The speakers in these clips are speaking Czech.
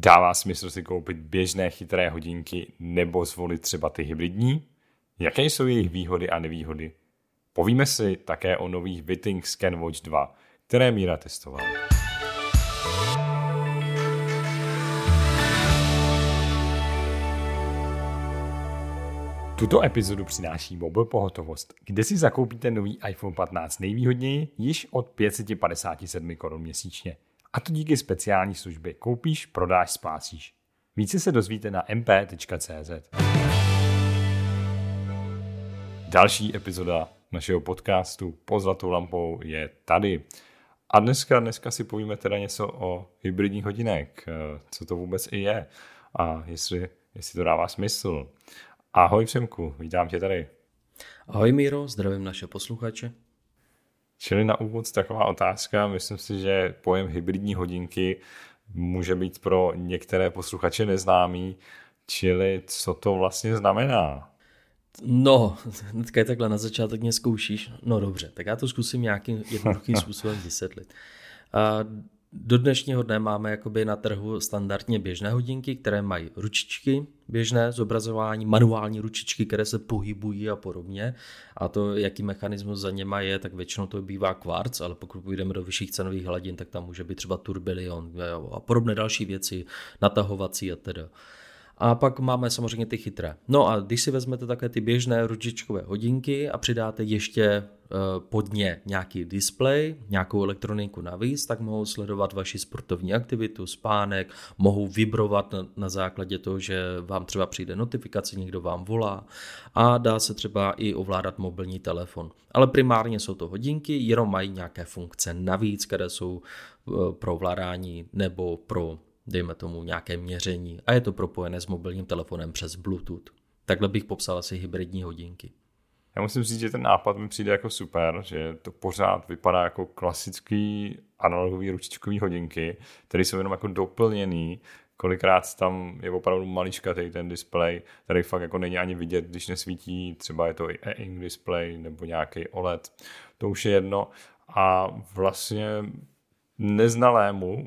Dává smysl si koupit běžné chytré hodinky nebo zvolit třeba ty hybridní? Jaké jsou jejich výhody a nevýhody? Povíme si také o nových Withings ScanWatch 2, které Míra testoval. Tuto epizodu přináší Mobil Pohotovost, kde si zakoupíte nový iPhone 15 nejvýhodněji již od 557 korun měsíčně. A to díky speciální službě Koupíš, prodáš, spásíš. Více se dozvíte na mp.cz. Další epizoda našeho podcastu Pod zlatou lampou je tady. A dneska si povíme teda něco o hybridních hodinek, co to vůbec i je a jestli to dává smysl. Ahoj Přemku, vítám tě tady. Ahoj Míro, zdravím naše posluchače. Čili na úvod taková otázka, myslím si, že pojem hybridní hodinky může být pro některé posluchače neznámý, čili co to vlastně znamená? No, hnedka je takhle na začátek mě zkoušíš. No dobře, tak já to zkusím nějakým jednoduchým způsobem vysvětlit. Do dnešního dne máme jakoby na trhu standardně běžné hodinky, které mají ručičky běžné zobrazování, manuální ručičky, které se pohybují a podobně. A to, jaký mechanismus za něma je, tak většinou to bývá kvarc, ale pokud půjdeme do vyšších cenových hladin, tak tam může být třeba turbelion a podobné další věci, natahovací a teda. A pak máme samozřejmě ty chytré. No a když si vezmete také ty běžné ručičkové hodinky a přidáte ještě pod ně nějaký displej, nějakou elektroniku navíc, tak mohou sledovat vaši sportovní aktivitu, spánek, mohou vibrovat na základě toho, že vám třeba přijde notifikace, někdo vám volá a dá se třeba i ovládat mobilní telefon. Ale primárně jsou to hodinky, jenom mají nějaké funkce navíc, které jsou pro ovládání nebo pro dejme tomu nějaké měření a je to propojené s mobilním telefonem přes Bluetooth. Takhle bych popsal asi hybridní hodinky. Já musím říct, že ten nápad mi přijde jako super, že to pořád vypadá jako klasický analogový ručičkový hodinky, které jsou jenom jako doplněný. Kolikrát tam je opravdu maličkatý ten displej, který fakt jako není ani vidět, když nesvítí, třeba je to i e-ink display nebo nějaký OLED, to už je jedno. A vlastně neznalému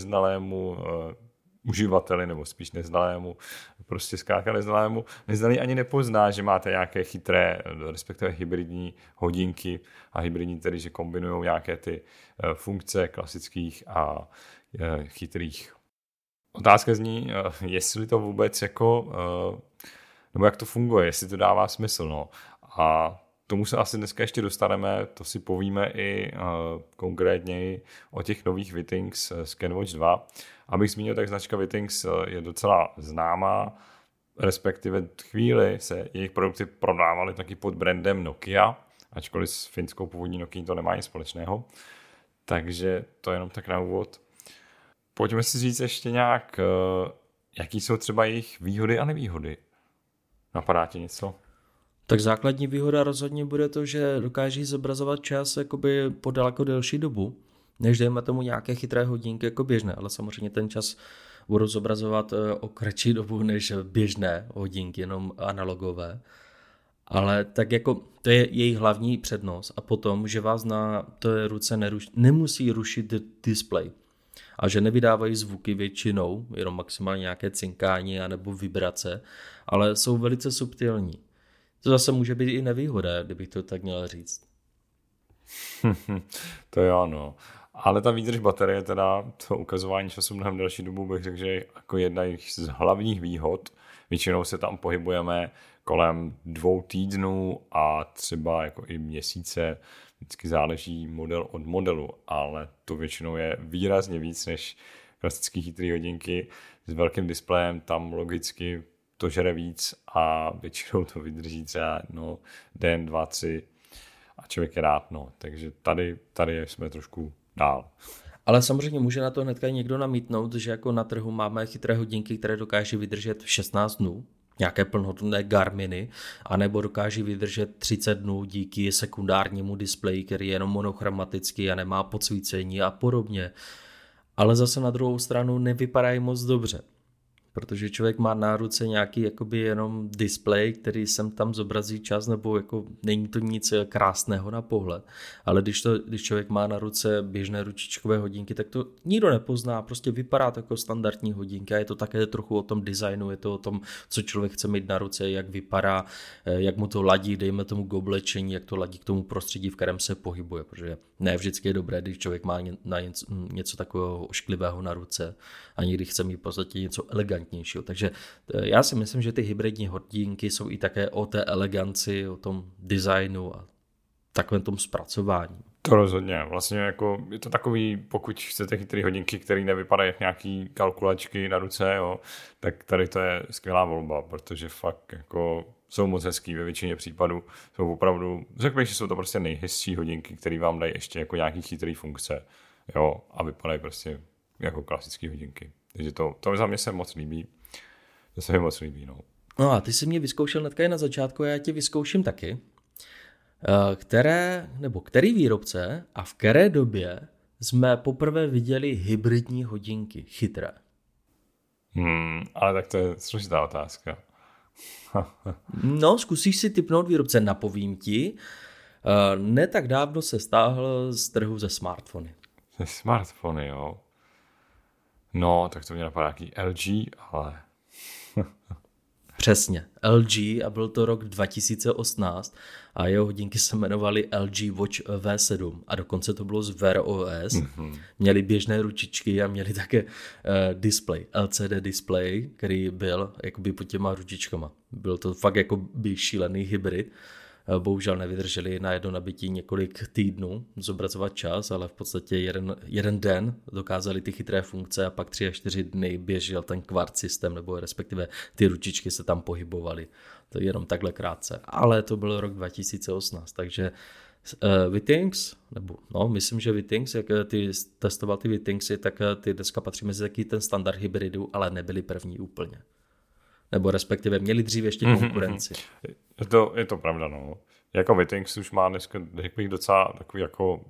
uživateli, nebo spíš neznalému, prostě zkrátka neznalý ani nepozná, že máte nějaké chytré, respektive hybridní hodinky a hybridní tedy, že kombinují nějaké ty funkce klasických a chytrých. Otázka zní, jestli to vůbec jako, nebo jak to funguje, jestli to dává smysl, no. A tomu se asi dneska ještě dostaneme, to si povíme i konkrétněji o těch nových Withings ScanWatch 2. Abych zmínil, tak značka Withings je docela známá, respektive chvíli se jejich produkty prodávaly taky pod brandem Nokia, ačkoliv s finskou původní Nokia to nemá nic společného. Takže to je jenom tak na úvod. Pojďme si říct ještě nějak, jaký jsou třeba jejich výhody a nevýhody. Napadá ti něco? Tak základní výhoda rozhodně bude to, že dokáží zobrazovat čas jakoby po daleko delší dobu, než dejme tomu nějaké chytré hodinky jako běžné, ale samozřejmě ten čas budou zobrazovat o kratší dobu než běžné hodinky, jenom analogové. Ale tak jako to je jejich hlavní přednost a potom, že vás na té ruce nemusí rušit displej a že nevydávají zvuky většinou, jenom maximálně nějaké cinkání anebo vibrace, ale jsou velice subtilní. To zase může být i nevýhoda, kdybych to tak měl říct. To jo, no. Ale ta výdrž baterie, teda to ukazování času mnohem delší dobu, bych řekl, že jako jedna z hlavních výhod. Většinou se tam pohybujeme kolem 2 týdnů a třeba jako i měsíce. Vždycky záleží model od modelu, ale to většinou je výrazně víc než klasické chytré hodinky s velkým displejem. Tam logicky to žere víc a většinou to vydrží třeba den, 2, 3 a člověk je rád, takže tady jsme trošku dál. Ale samozřejmě může na to hnedka někdo namítnout, že jako na trhu máme chytré hodinky, které dokáží vydržet 16 dnů, nějaké plnohodnotné Garminy, anebo dokáží vydržet 30 dnů díky sekundárnímu displeji, který je jenom monochromatický a nemá podsvícení a podobně. Ale zase na druhou stranu nevypadají moc dobře. protože člověk má na ruce nějaký jakoby jenom displej, který sem tam zobrazí čas, nebo jako není to nic krásného na pohled, ale když člověk má na ruce běžné ručičkové hodinky, tak to nikdo nepozná, prostě vypadá to jako standardní hodinky a je to také trochu o tom designu, je to o tom, co člověk chce mít na ruce, jak vypadá, jak mu to ladí, dejme tomu k oblečení, jak to ladí k tomu prostředí, v kterém se pohybuje, protože ne vždycky je dobré, když člověk má něco takového ošklivého na ruce a někdy chce mít v podstatě něco elegantnějšího. Takže já si myslím, že ty hybridní hodinky jsou i také o té eleganci, o tom designu a takovém tom zpracování. To rozhodně. Vlastně jako je to takový, pokud chcete chytrý hodinky, které nevypadají jak nějaký kalkulačky na ruce, jo, tak tady to je skvělá volba, protože fakt jako jsou moc hezký ve většině případů. Jsou opravdu, řekl bych, že jsou to prostě nejhezčí hodinky, které vám dají ještě jako nějaký chytrý funkce, jo, a vypadají prostě jako klasické hodinky. Takže to za mě se moc líbí. To se mi moc líbí, no. No a ty jsi mě vyzkoušel hnedka na začátku a já tě vyzkouším taky. Který výrobce a v které době jsme poprvé viděli hybridní hodinky chytré? Ale tak to je složitá otázka. No, zkusíš si tipnout výrobce, napovím ti. Ne tak dávno se stáhl z trhu ze smartfony. Ze smartfony, jo. No, tak to mě napadá nějaký LG, ale... Přesně, LG a byl to rok 2018 a jeho hodinky se jmenovaly LG Watch V7 a dokonce to bylo z Wear OS. Měli běžné ručičky a měli také display, LCD display, který byl jakoby pod těma ručičkama. Byl to fakt jako by šílený hybrid. Bohužel nevydrželi na jedno nabití několik týdnů zobrazovat čas, ale v podstatě jeden den dokázali ty chytré funkce a pak 3 až 4 dny běžel ten kvart systém, nebo respektive ty ručičky se tam pohybovaly. To je jenom takhle krátce. Ale to byl rok 2018, takže Withings, myslím, že Withings, jak ty testoval ty Withingsy, tak ty dneska patří mezi taky ten standard hybridu, ale nebyli první úplně. Nebo respektive měli dřív ještě konkurenci. Je to pravda, no. Jako Withings už má dneska, řekl bych, docela takový jako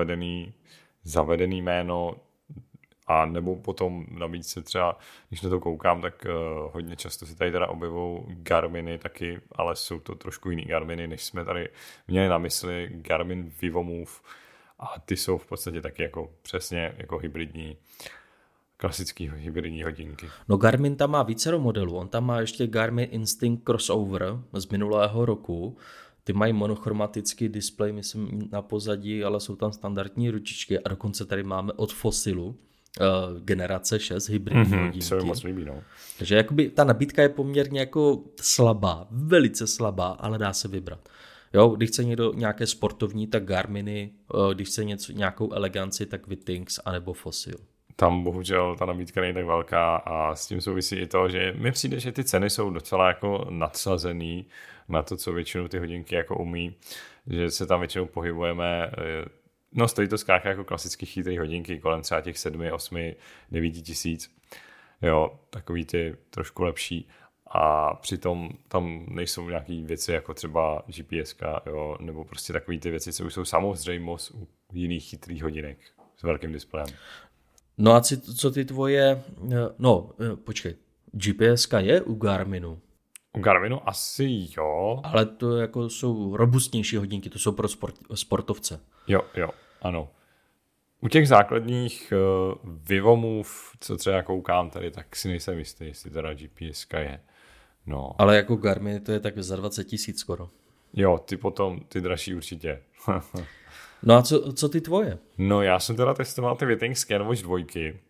zavedený jméno a nebo potom nabídce třeba, když na to koukám, tak hodně často se tady teda objevují Garminy taky, ale jsou to trošku jiný Garminy, než jsme tady měli na mysli. Garmin Vivomove a ty jsou v podstatě taky jako přesně jako hybridní, klasický hybridní hodinky. No Garmin tam má vícero modelů. On tam má ještě Garmin Instinct Crossover z minulého roku. Ty mají monochromatický displej, myslím, na pozadí, ale jsou tam standardní ručičky a dokonce tady máme od Fossilu generace 6 hybridní hodinky. Se mi moc líbí, no. Takže jakoby ta nabídka je poměrně jako slabá, velice slabá, ale dá se vybrat. Jo, když chce někdo nějaké sportovní, tak Garminy, když chce nějakou eleganci, tak Withings anebo Fossil. Tam bohužel ta nabídka není tak velká a s tím souvisí i to, že mi přijde, že ty ceny jsou docela jako nadsazený na to, co většinou ty hodinky jako umí, že se tam většinou pohybujeme, no stojí to zkrátka jako klasický chytrý hodinky kolem třeba těch 7, 8, 9 tisíc, jo, takový ty trošku lepší a přitom tam nejsou nějaký věci jako třeba GPSka, jo, nebo prostě takový ty věci, co už jsou samozřejmost u jiných chytrých hodinek s velkým displejem. No a co ty tvoje, počkej, GPSka je u Garminu? U Garminu asi jo. Ale to jako jsou robustnější hodinky, to jsou pro sportovce. Jo, ano. U těch základních Vivomove, co třeba koukám tady, tak si nejsem jistý, jestli teda GPSka je. No. Ale jako Garmin to je tak za 20 000 skoro. Jo, ty dražší určitě. No a co ty tvoje? No já jsem teda testoval ty Withings Scanwatch 2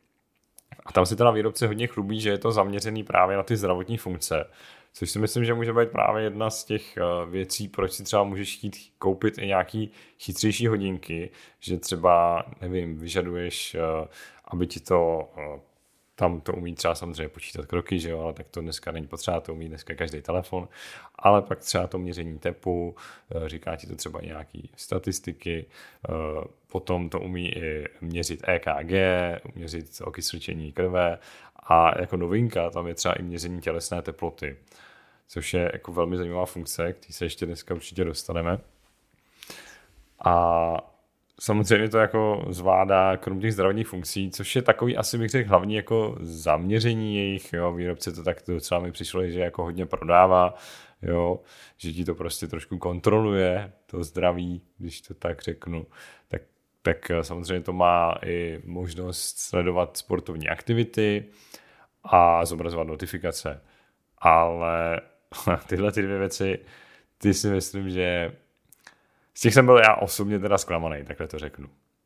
a tam si teda výrobce hodně chlubí, že je to zaměřený právě na ty zdravotní funkce, což si myslím, že může být právě jedna z těch věcí, proč si třeba můžeš chtít koupit i nějaký chytřejší hodinky, že třeba, nevím, vyžaduješ, aby ti to tam to umí třeba samozřejmě počítat kroky, že jo, ale tak to dneska není potřeba, to umí dneska každý telefon, ale pak třeba to měření tepu, říká ti to třeba nějaký statistiky, potom to umí i měřit EKG, měřit okysličení krve a jako novinka tam je třeba i měření tělesné teploty, což je jako velmi zajímavá funkce, který se ještě dneska určitě dostaneme. A samozřejmě to jako zvládá krom těch zdravotních funkcí, což je takový asi bych řekl hlavní jako zaměření jejich, jo, výrobce to tak docela mi přišlo, že jako hodně prodává, jo, že ti to prostě trošku kontroluje, to zdraví, když to tak řeknu, tak samozřejmě to má i možnost sledovat sportovní aktivity a zobrazovat notifikace, ale tyhle ty dvě věci, ty si myslím, že z těch jsem byl já osobně teda zklamaný, takhle to řeknu.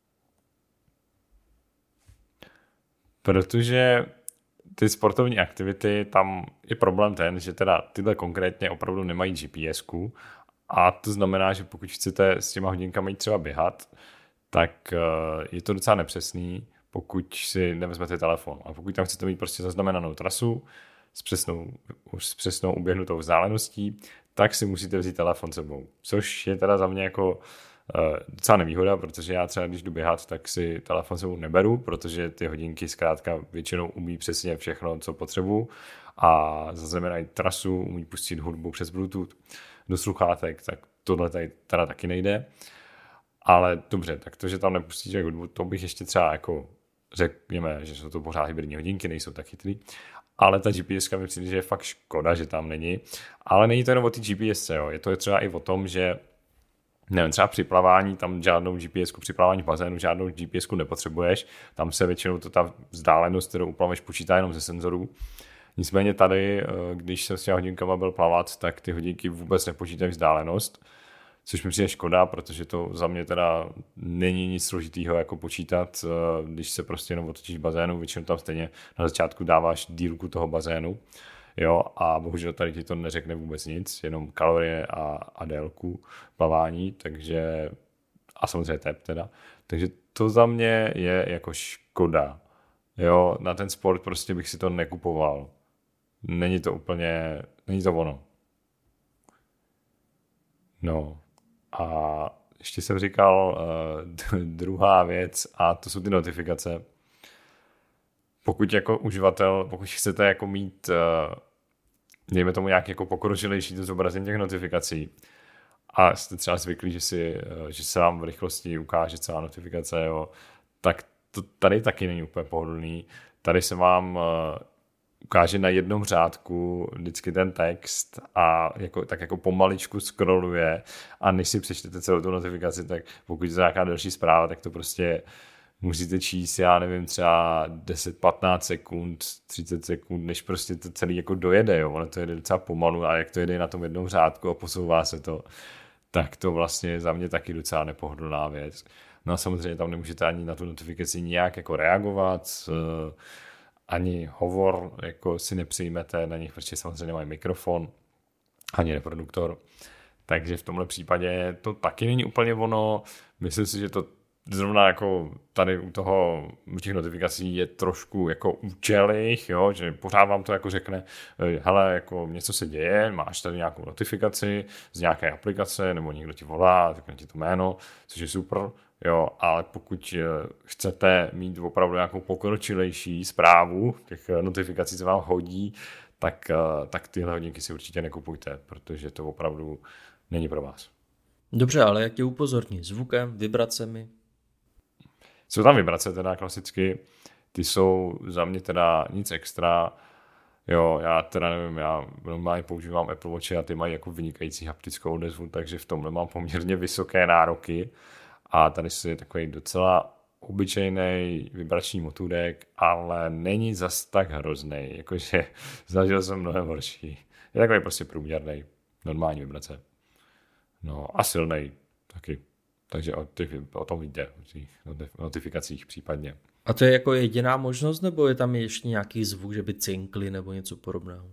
Protože ty sportovní aktivity, tam je problém ten, že teda tyhle konkrétně opravdu nemají GPS-ku a to znamená, že pokud chcete s těma hodinkami jít třeba běhat, tak je to docela nepřesný, pokud si nevezmete telefon. A pokud tam chcete mít prostě zaznamenanou trasu s přesnou uběhnutou vzdáleností, tak si musíte vzít telefon sebou. Což je teda za mě jako docela nevýhoda, protože já třeba když jdu běhat, tak si telefon sebou neberu, protože ty hodinky zkrátka většinou umí přesně všechno, co potřebuju a zaznamenají trasu, umí pustit hudbu přes Bluetooth do sluchátek, tak tohle tady teda taky nejde. Ale dobře, tak to, že tam nepustíte hudbu, to bych ještě třeba jako řekněme, že jsou to pořád hybridní hodinky, nejsou tak chytrý. Ale ta GPS mi přijde, že je fakt škoda, že tam není. Ale není to jenom o té GPS, jo. Je to třeba i o tom, že nevím, třeba při plavání tam žádnou GPS-ku, při plavání v bazénu žádnou GPS-ku nepotřebuješ. Tam se většinou ta vzdálenost, kterou uplaveš, počítá jenom ze senzorů. Nicméně tady, když jsem s těmi hodinkama byl plavat, tak ty hodinky vůbec nepočítají vzdálenost. Což mi přijde škoda, protože to za mě teda není nic složitýho jako počítat, když se prostě jenom otočíš bazénu, většinou tam stejně na začátku dáváš dílku toho bazénu, jo, a bohužel tady ti to neřekne vůbec nic, jenom kalorie a délku plavání, takže a samozřejmě tep teda, takže to za mě je jako škoda, jo, na ten sport prostě bych si to nekupoval, není to ono. No. A ještě jsem říkal druhá věc a to jsou ty notifikace. Pokud jako uživatel, pokud chcete jako mít dejme tomu nějaký jako pokročilejší to zobrazení těch notifikací a jste třeba zvyklí, že se vám v rychlosti ukáže celá notifikace, jo, tak to tady taky není úplně pohodlný. Tady se vám ukáže na jednom řádku vždycky ten text a tak jako pomaličku scrolluje a než si přečtete celou tu notifikaci, tak pokud je to nějaká další zpráva, tak to prostě musíte číst, já nevím, třeba 10-15 sekund, 30 sekund, než prostě to celý jako dojede, jo. Ono to jede docela pomalu a jak to jede na tom jednom řádku a posouvá se to, tak to vlastně je za mě taky docela nepohodlná věc. No a samozřejmě tam nemůžete ani na tu notifikaci nějak jako reagovat, ani hovor jako si nepřijmete na nich, protože samozřejmě nemají mikrofon, ani reproduktor. Takže v tomhle případě to taky není úplně ono. Myslím si, že to zrovna jako tady u těch notifikací je trošku jako účelých, jo, že pořád vám to jako řekne, hele, jako něco se děje, máš tady nějakou notifikaci z nějaké aplikace, nebo někdo ti volá, řekne ti to jméno, což je super, jo, ale pokud chcete mít opravdu nějakou pokročilejší zprávu, těch notifikací se vám hodí, tak tyhle hodinky si určitě nekupujte, protože to opravdu není pro vás. Dobře, ale jak tě upozorní? Zvukem, vibracemi? Jsou tam vibrace teda klasicky, ty jsou za mě teda nic extra, jo, já teda nevím, já normálně používám Apple Watch a ty mají jako vynikající haptickou odezvu, takže v tomhle mám poměrně vysoké nároky a tady je takový docela obyčejný vibrační motůrek, ale není zas tak hrozný, jakože zažil jsem mnohem horší. Je takový prostě průměrný, normální vibrace. No a silnej taky. Takže o tom jde, o těch notifikacích případně. A to je jako jediná možnost, nebo je tam ještě nějaký zvuk, že by cinkli nebo něco podobného?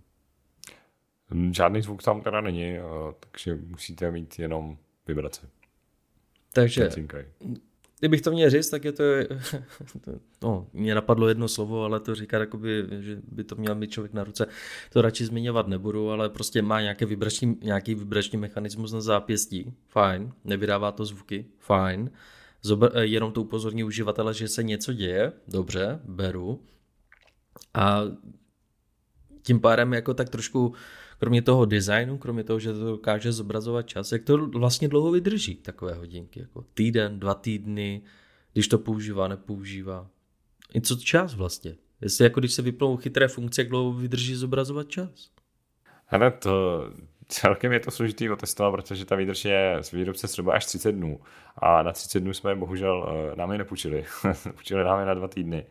Žádný zvuk tam teda není, takže musíte mít jenom vibrace. Takže, kdybych to měl říct, tak je to, no, mě napadlo jedno slovo, ale to říká, jakoby, že by to měl mít člověk na ruce. To radši zmiňovat nebudu, ale prostě má nějaký vibrační mechanismus na zápěstí, fajn, nevydává to zvuky, fajn, jenom to upozorní uživatele, že se něco děje, dobře, beru. A tím pádem jako tak trošku, kromě toho designu, kromě toho, že to dokáže zobrazovat čas, jak to vlastně dlouho vydrží takové hodinky, jako týden, 2 týdny, když to používá, nepoužívá. I co čas vlastně? Jestli jako když se vypnou chytré funkce, jak dlouho vydrží zobrazovat čas? Ale to celkem je to složitý otestovat, protože ta výdrž je z výrobce třeba až 30 dnů. A na 30 dnů jsme bohužel nám je nepůjčili. Půjčili nám je na 2 týdny.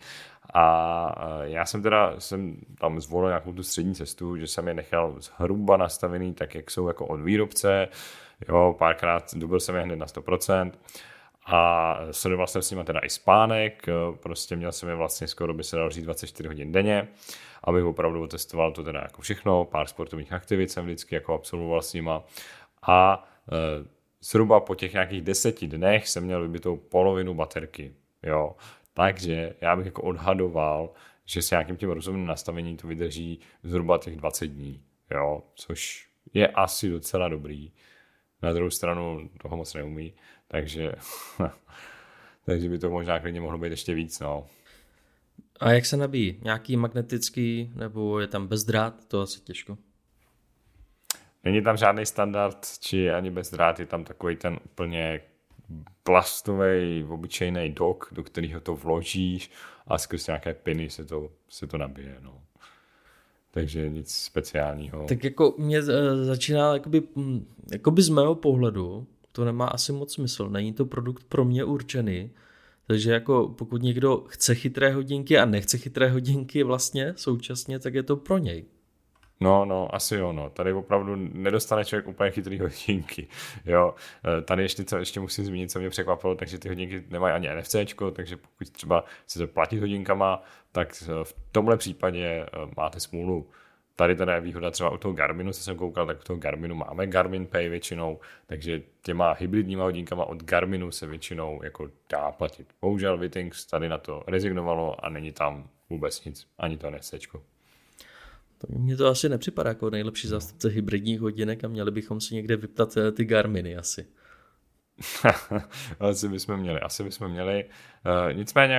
A já jsem tam zvolil nějakou tu střední cestu, že jsem je nechal zhruba nastavený tak, jak jsou jako od výrobce. Jo, párkrát dobil jsem je hned na 100%. A sledoval jsem s nimi teda i spánek, prostě měl jsem je vlastně skoro, by se dalo říct, 24 hodin denně, abych opravdu testoval to teda jako všechno, pár sportovních aktivit jsem vždycky jako absolvoval s nima a zhruba po těch nějakých 10 dnech jsem měl vybitou polovinu baterky, jo, takže já bych jako odhadoval, že s nějakým tím rozumným nastavením to vydrží zhruba těch 20 dní, jo, což je asi docela dobrý. Na druhou stranu toho moc neumí, takže by to možná klidně mohlo být ještě víc, no. A jak se nabíjí? Nějaký magnetický, nebo je tam bezdrát? To asi těžko. Není tam žádný standard, či ani bezdrát, je tam takový ten úplně plastový, obyčejný dock, do kterého to vložíš a skrz nějaké piny se to nabije, no. Takže nic speciálního. Tak jako mě začíná jakoby z mého pohledu, to nemá asi moc smysl, není to produkt pro mě určený, takže jako pokud někdo chce chytré hodinky a nechce chytré hodinky vlastně současně, tak je to pro něj. No, asi jo, no. Tady opravdu nedostane člověk úplně chytrý hodinky, jo. Tady ještě musím zmínit, co mě překvapilo, takže ty hodinky nemají ani NFCčko, takže pokud třeba chcete platit hodinkama, tak v tomhle případě máte smůlu. Tady teda je výhoda třeba u toho Garminu, co jsem koukal, tak u toho Garminu máme Garmin Pay většinou, takže těma hybridníma hodinkama od Garminu se většinou jako dá platit. Bohužel Withings tady na to rezignovalo a není tam vůbec nic, ani to NFCčko. Mně to asi nepřipadá jako nejlepší zástupce hybridních hodinek a měli bychom si někde vyptat ty Garminy asi. Asi bychom měli. Nicméně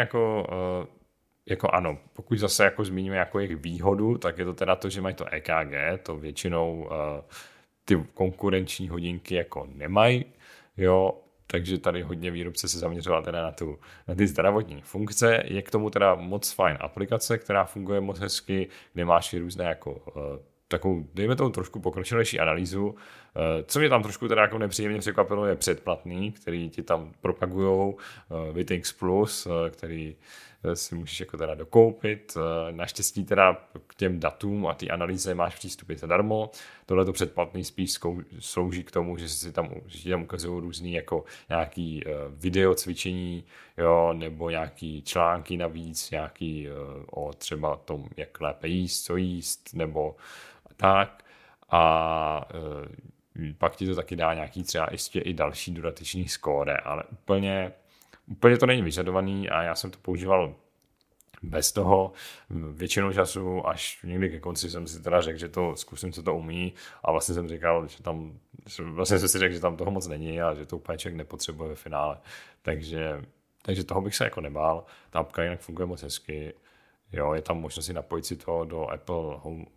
jako ano, pokud zase jako zmíníme jako jejich výhodu, tak je to teda to, že mají to EKG, to většinou ty konkurenční hodinky jako nemají, jo, takže tady hodně výrobce se zaměřoval teda na ty zdravotní funkce. Je k tomu teda moc fajn aplikace, která funguje moc hezky, kde máš i různé jako takovou, dejme tomu trošku pokročilejší analýzu. Co mě tam trošku teda jako nepříjemně překvapilo, je předplatný, který ti tam propagujou Withings Plus, který si můžeš jako teda dokoupit. Naštěstí teda k těm datům a ty analýze máš přístupy zadarmo. Tohleto předplatný spíš slouží k tomu, že ti tam ukazují různý jako nějaký video cvičení, jo, nebo nějaký články navíc, nějaký o třeba tom, jak lépe jíst, co jíst, nebo tak. A pak ti to taky dá nějaký třeba ještě i další dodatečný skóre, ale úplně to není vyžadovaný a já jsem to používal bez toho většinou času, až někdy ke konci jsem si teda řekl, že to zkusím, co to umí a vlastně jsem říkal, že jsem si řekl, že tam toho moc není a že to úplně člověk nepotřebuje ve finále. Takže toho bych se jako nebál. Ta apka jinak funguje moc hezky. Jo, je tam možnost si napojit si to do Apple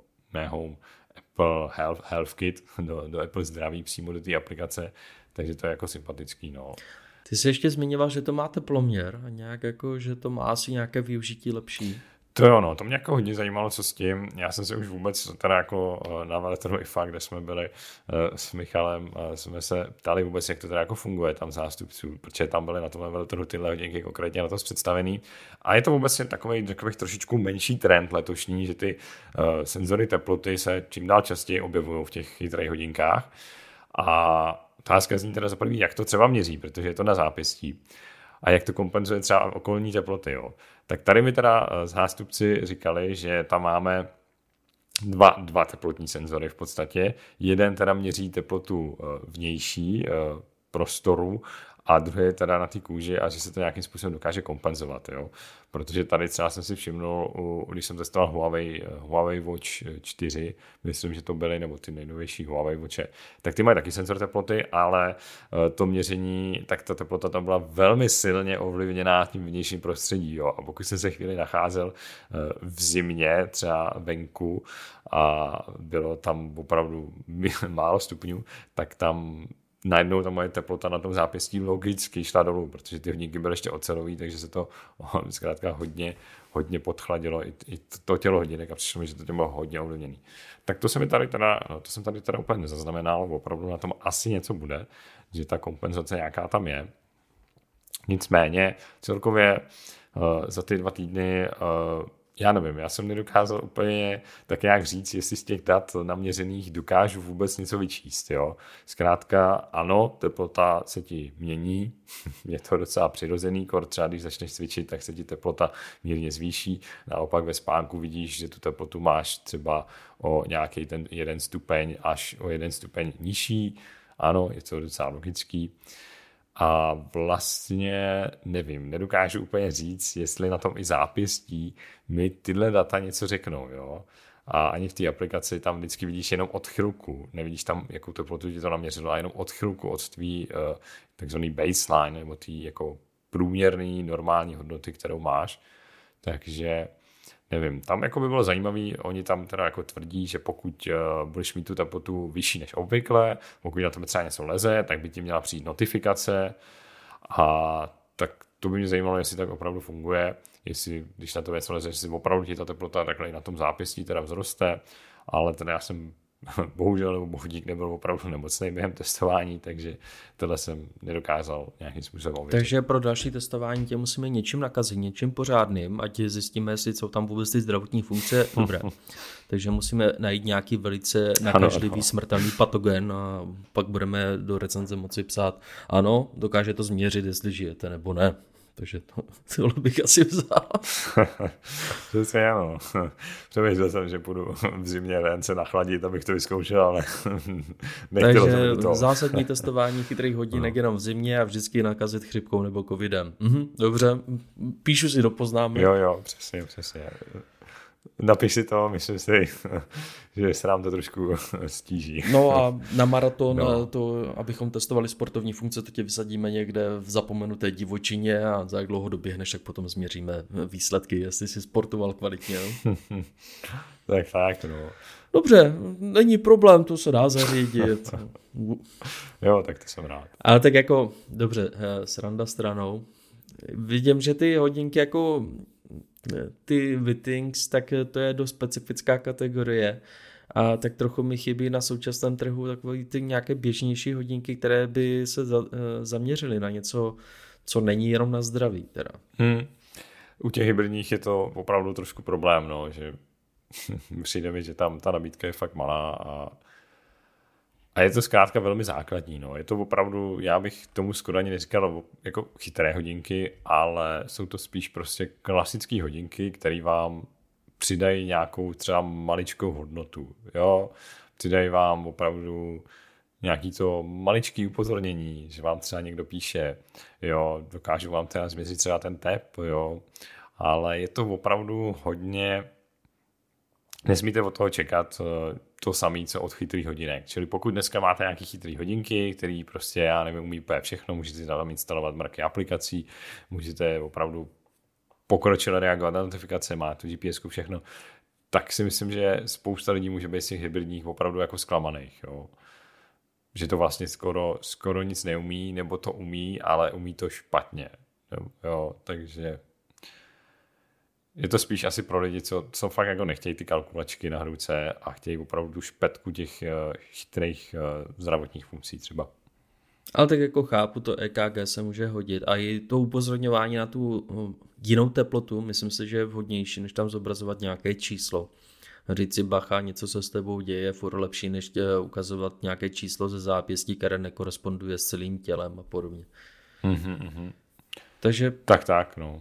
Apple Health Kit, do Apple zdraví přímo do té aplikace, takže to je jako sympatický, no. Ty jsi ještě zmiňoval, že to má teploměr a nějak jako, že to má asi nějaké využití lepší. To jo, no, to mě jako hodně zajímalo, co s tím. Já jsem se už vůbec teda jako na veletrhu IFA, kde jsme byli s Michalem, jsme se ptali vůbec, jak to teda jako funguje tam zástupců, protože tam byly na tom veletrhu tyhle hodinky konkrétně na to představený. A je to vůbec takový trošičku menší trend letošní, že ty senzory teploty se čím dál častěji objevují v těch chytrých hodinkách. A otázka zní teda za první, jak to třeba měří, protože je to na zápěstí. A jak to kompenzuje třeba okolní teploty, jo. Tak tady mi teda zástupci říkali, že tam máme dva teplotní senzory v podstatě. Jeden teda měří teplotu vnější prostoru a druhý je teda na té kůži a že se to nějakým způsobem dokáže kompenzovat, jo. Protože tady třeba jsem si všimnul, když jsem testoval Huawei Watch 4, myslím, že to byly, nebo ty nejnovější Huawei Watche, tak ty mají taky senzor teploty, ale to měření, tak ta teplota tam byla velmi silně ovlivněná tím vnějším prostředí, jo. A pokud jsem se chvíli nacházel v zimě, třeba venku, a bylo tam opravdu málo stupňů, tak tam najednou ta moje teplota na tom zápěstí logicky šla dolů, protože ty hodinky byly ještě ocelový, takže se to zkrátka hodně podchladilo i to tělo hodinek a přišlo mi, že to bylo hodně ovlivněný. Tak to jsem tady teda úplně nezaznamenal, opravdu na tom asi něco bude, že ta kompenzace nějaká tam je. Nicméně celkově za ty 2 týdny já nevím, já jsem nedokázal úplně tak nějak říct, jestli z těch dat naměřených dokážu vůbec něco vyčíst, jo. Zkrátka, ano, teplota se ti mění, je to docela přirozený, třeba když začneš cvičit, tak se ti teplota mírně zvýší, naopak ve spánku vidíš, že tu teplotu máš třeba o nějaký ten 1 stupeň až o 1 stupeň nižší, ano, je to docela logický. A vlastně nevím, nedokážu úplně říct, jestli na tom i zápěstí mi tyhle data něco řeknou, jo. A ani v té aplikaci tam vždycky vidíš jenom odchylku, nevidíš tam, jakou teplotu ti to naměřilo, a jenom odchylku od tvý takzvaný baseline, nebo tý jako průměrný normální hodnoty, kterou máš. Takže nevím, tam jako by bylo zajímavý, oni tam teda jako tvrdí, že pokud budeš mít tu teplotu vyšší než obvykle, pokud na tebe třeba něco leze, tak by ti měla přijít notifikace a tak to by mě zajímalo, jestli tak opravdu funguje, jestli když na tebe něco leze, jestli opravdu ti ta teplota takhle i na tom zápěstí teda vzroste, ale teda já jsem bohužel nebo bohudík nebyl opravdu nemocný během testování, takže tohle jsem nedokázal nějakým způsobem ověřit. Takže pro další testování tě musíme něčím nakazit, něčím pořádným, ať zjistíme, jestli jsou tam vůbec ty zdravotní funkce dobré. Takže musíme najít nějaký velice nakažlivý smrtelný patogen a pak budeme do recenze moci psát, ano, dokáže to změřit, jestli žijete nebo ne. Takže tohle bych asi vzal. Přesně ano. Přemýšlel jsem, že půjdu v zimě ven se nachladit, abych to vyzkoušel, ale nechtělo takže jsem to. Zásadní testování chytrých hodinek jenom v zimě a vždycky nakazit chřipkou nebo covidem. Dobře, píšu si do poznámek. Jo, přesně. Napiš si to, myslím si, že se nám to trošku stíží. No a na maraton, to, abychom testovali sportovní funkce, to tě vysadíme někde v zapomenuté divočině a za jak dlouho doběhneš, tak potom změříme výsledky, jestli jsi sportoval kvalitně. tak, no. Dobře, není problém, to se dá zařídit. Jo, tak to jsem rád. Ale tak jako, dobře, sranda stranou. Vidím, že ty hodinky jako ty Withings, tak to je dost specifická kategorie a tak trochu mi chybí na současném trhu takové ty nějaké běžnější hodinky, které by se zaměřily na něco, co není jenom na zdraví teda. U těch hybridních je to opravdu trošku problém, no, že přijde mi, že tam ta nabídka je fakt malá a je to zkrátka velmi základní. No. Je to opravdu, já bych tomu skoro ani neříkal jako chytré hodinky, ale jsou to spíš prostě klasické hodinky, které vám přidají nějakou třeba maličkou hodnotu. Jo? Přidají vám opravdu nějaký to maličký upozornění, že vám třeba někdo píše, jo, dokážu vám teda změřit třeba ten tep, jo, ale je to opravdu hodně. Nesmíte od toho čekat to samé, co od chytrých hodinek. Čili pokud dneska máte nějaké chytré hodinky, které prostě, já nevím, umí úplně všechno, můžete tam instalovat mraky aplikací, můžete opravdu pokročile reagovat na notifikace, má tu GPS, všechno, tak si myslím, že spousta lidí může být z těch hybridních opravdu jako zklamaných. Jo. Že to vlastně skoro nic neumí, nebo to umí, ale umí to špatně. Jo, takže je to spíš asi pro lidi, co fakt jako nechtějí ty kalkulačky na ruce a chtějí opravdu špetku těch chytrých zdravotních funkcí třeba. Ale tak jako chápu, to EKG se může hodit a i to upozorňování na tu jinou teplotu, myslím si, že je vhodnější, než tam zobrazovat nějaké číslo. Říct si bacha, něco se s tebou děje, je furt lepší, než ukazovat nějaké číslo ze zápěstí, které nekoresponduje s celým tělem a podobně. Mm-hmm. Takže tak, no.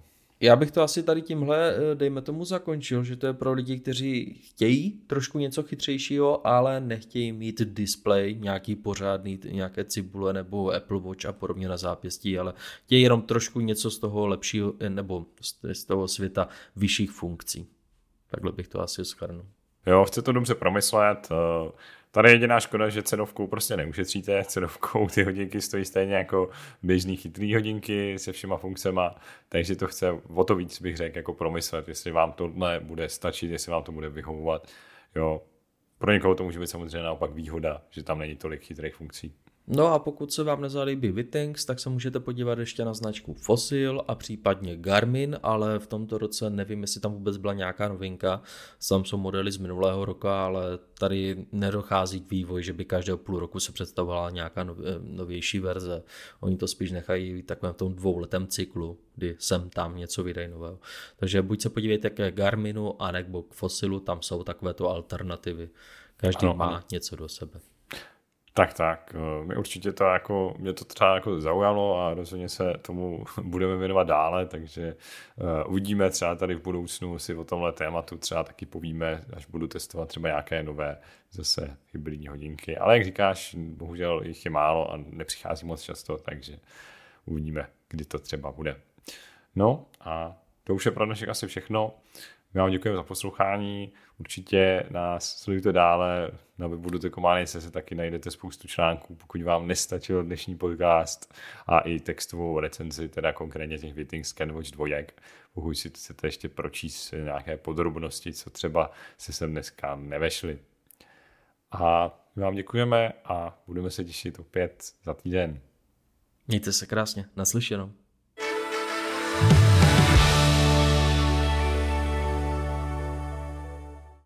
Já bych to asi tady tímhle, dejme tomu, zakončil, že to je pro lidi, kteří chtějí trošku něco chytřejšího, ale nechtějí mít display, nějaký pořádný, nějaké cibule nebo Apple Watch a podobně na zápěstí, ale chtějí jenom trošku něco z toho lepšího, nebo z toho světa vyšších funkcí. Takhle bych to asi shrnul. Jo, chce to dobře promyslet. Tady je jediná škoda, že cenovkou prostě neušetříte. Cenovkou ty hodinky stojí stejně jako běžný chytrý hodinky se všema funkcema, takže to chce o to víc, bych řekl, jako promyslet, jestli vám tohle bude stačit, jestli vám to bude vyhovovat. Jo, pro někoho to může být samozřejmě naopak výhoda, že tam není tolik chytrých funkcí. No a pokud se vám nezalíbí Withings, tak se můžete podívat ještě na značku Fossil a případně Garmin, ale v tomto roce nevím, jestli tam vůbec byla nějaká novinka. Tam jsou modely z minulého roka, ale tady nedochází k vývoji, že by každého půl roku se představovala nějaká novější verze. Oni to spíš nechají takovém v tom dvouletém cyklu, kdy sem tam něco vydají nového. Takže buď se podívejte k Garminu, a nebo k Fossilu, tam jsou takovéto alternativy. Každý má něco do sebe. Tak, my určitě to jako, mě to třeba jako zaujalo a rozhodně se tomu budeme věnovat dále, takže uvidíme třeba tady v budoucnu si o tomhle tématu třeba taky povíme, až budu testovat třeba nějaké nové zase hybridní hodinky, ale jak říkáš, bohužel jich je málo a nepřichází moc často, takže uvidíme, kdy to třeba bude. No a to už je pro dnešek asi všechno. My vám děkujeme za poslouchání, určitě nás sledujte dále, na webu Dotekomány.cz se taky najdete spoustu článků, pokud vám nestačil dnešní podcast a i textovou recenzi, teda konkrétně těch Withings ScanWatch 2, pokud si chcete ještě pročíst nějaké podrobnosti, co třeba se sem dneska nevešly. A my vám děkujeme a budeme se těšit opět za týden. Mějte se krásně, naslyšenou.